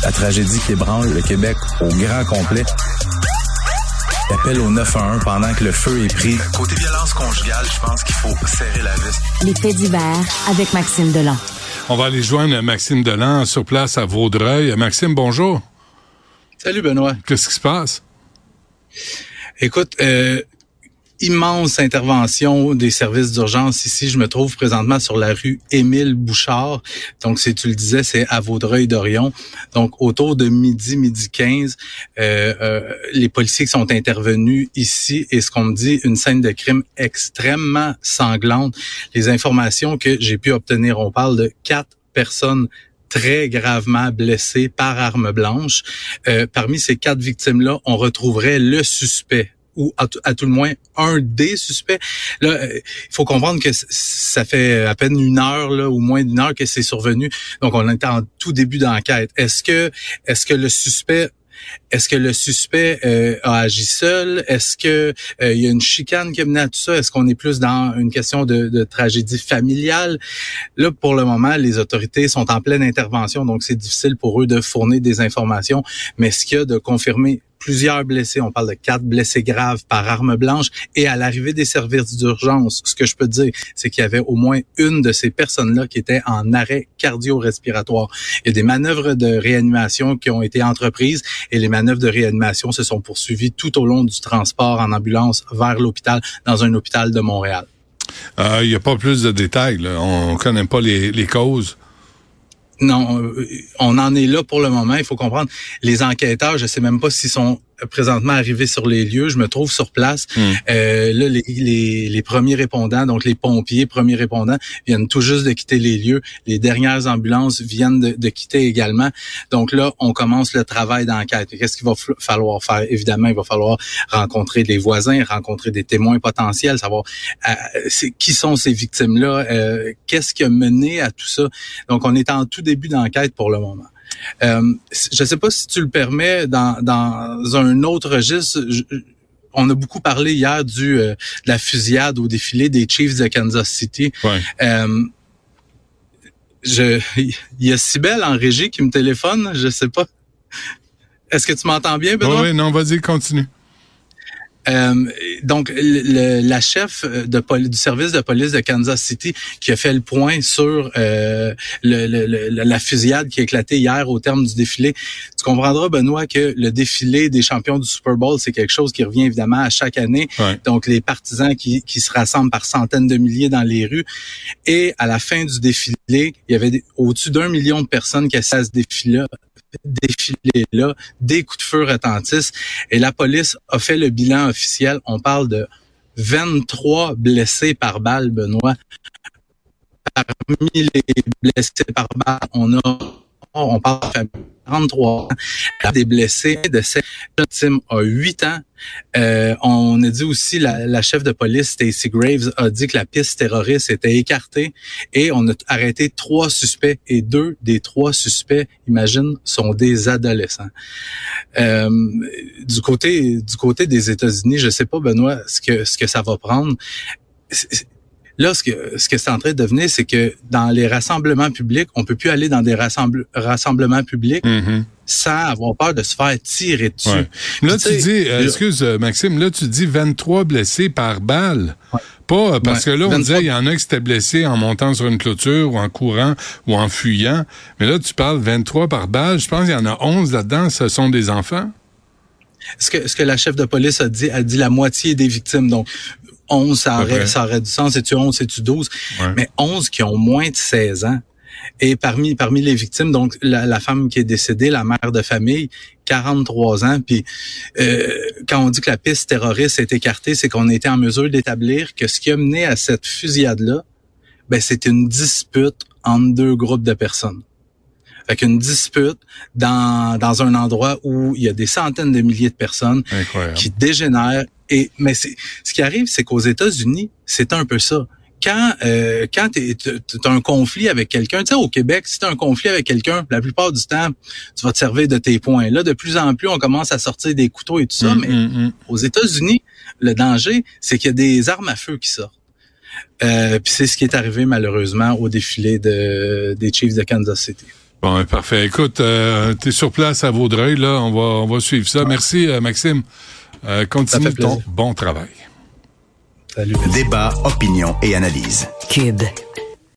La tragédie qui ébranle le Québec au grand complet. Appel au 911 pendant que le feu est pris. Côté violence conjugale, je pense qu'il faut serrer la vis. Les faits divers avec Maxime Delan. On va aller joindre Maxime Delan sur place à Vaudreuil. Maxime, bonjour. Salut Benoît. Qu'est-ce qui se passe? Écoute, immense intervention des services d'urgence ici. Je me trouve présentement sur la rue Émile Bouchard. Donc, tu le disais, c'est à Vaudreuil-Dorion. Donc, autour de midi 15, les policiers qui sont intervenus ici et ce qu'on me dit, une scène de crime extrêmement sanglante. Les informations que j'ai pu obtenir, on parle de 4 personnes très gravement blessées par arme blanche. Parmi ces 4 victimes-là, on retrouverait le suspect ou à tout le moins un des suspects. Là, il faut comprendre que ça fait à peine une heure là, ou moins d'une heure que c'est survenu. Donc, on est en tout début d'enquête. Est-ce que le suspect a agi seul? Est-ce que il y a une chicane qui a mené à tout ça? Est-ce qu'on est plus dans une question de tragédie familiale? Là, pour le moment, les autorités sont en pleine intervention, donc c'est difficile pour eux de fournir des informations. Mais ce qu'il y a de confirmer plusieurs blessés, on parle de 4 blessés graves par arme blanche, et à l'arrivée des services d'urgence, ce que je peux te dire, c'est qu'il y avait au moins une de ces personnes-là qui était en arrêt cardio-respiratoire. Il y a des manœuvres de réanimation qui ont été entreprises et les manœuvres de réanimation se sont poursuivies tout au long du transport en ambulance vers l'hôpital, dans un hôpital de Montréal. Il n'y a pas plus de détails, là. On connaît pas les causes. Non, on en est là pour le moment. Il faut comprendre, les enquêteurs, je sais même pas s'ils sont présentement arrivés sur les lieux. Je me trouve sur place. Là, les premiers répondants, donc les pompiers, premiers répondants, viennent tout juste de quitter les lieux. Les dernières ambulances viennent de quitter également. Donc là, on commence le travail d'enquête. Qu'est-ce qu'il va falloir faire? Évidemment, il va falloir rencontrer des voisins, rencontrer des témoins potentiels, savoir qui sont ces victimes-là, qu'est-ce qui a mené à tout ça. Donc, on est en tout début d'enquête pour le moment. Je ne sais pas si tu le permets, dans un autre registre, on a beaucoup parlé hier de la fusillade au défilé des Chiefs de Kansas City. Ouais. Il y a Cybèle en régie qui me téléphone, je sais pas. Est-ce que tu m'entends bien, Benoît? Oui, non, vas-y, continue. Donc, la chef du service de police de Kansas City qui a fait le point sur la fusillade qui a éclaté hier au terme du défilé. Tu comprendras, Benoît, que le défilé des champions du Super Bowl, c'est quelque chose qui revient évidemment à chaque année. Ouais. Donc, les partisans qui se rassemblent par centaines de milliers dans les rues. Et à la fin du défilé, il y avait au-dessus d'1 million de personnes qui assistaient à ce défilé-là, des coups de feu retentissent et la police a fait le bilan officiel. On parle de 23 blessés par balle, Benoît. Parmi les blessés par balle, on parle de 33 ans. Des blessés de cette victime a 8 ans. On a dit aussi, la chef de police, Stacey Graves, a dit que la piste terroriste était écartée et on a arrêté 3 suspects et 2 des 3 suspects, imagine, sont des adolescents. Du côté des États-Unis, je sais pas, Benoît, ce que ça va prendre. Là, ce que c'est en train de devenir, c'est que dans les rassemblements publics, on peut plus aller dans des rassemblements publics sans avoir peur de se faire tirer dessus. Ouais. Là, tu dis, excuse Maxime, là tu dis 23 blessés par balle. Ouais. Pas parce que là, on 23... disait il y en a qui s'étaient blessés en montant sur une clôture ou en courant ou en fuyant. Mais là, tu parles 23 par balle. Je pense qu'il y en a 11 là-dedans. Ce sont des enfants. Ce que la chef de police a dit la moitié des victimes. Donc, 11, ça aurait du sens. C'est-tu 11, c'est-tu 12? Ouais. Mais 11 qui ont moins de 16 ans. Et parmi les victimes, donc la femme qui est décédée, la mère de famille, 43 ans. Puis quand on dit que la piste terroriste est écartée, c'est qu'on a été en mesure d'établir que ce qui a mené à cette fusillade-là, c'est une dispute entre 2 groupes de personnes. Fait qu'une dispute dans un endroit où il y a des centaines de milliers de personnes qui dégénèrent. Mais ce qui arrive, c'est qu'aux États-Unis, c'est un peu ça. Quand t'as un conflit avec quelqu'un, tu sais, au Québec, si t'as un conflit avec quelqu'un, la plupart du temps, tu vas te servir de tes poings. Là, de plus en plus, on commence à sortir des couteaux et tout ça, mais aux États-Unis, le danger, c'est qu'il y a des armes à feu qui sortent. Puis c'est ce qui est arrivé malheureusement au défilé des Chiefs de Kansas City. Bon, parfait. Écoute, t'es sur place à Vaudreuil, là. On va suivre ça. Merci, Maxime. Continue ton bon travail. Salut. Débat, opinion et analyse. Cube.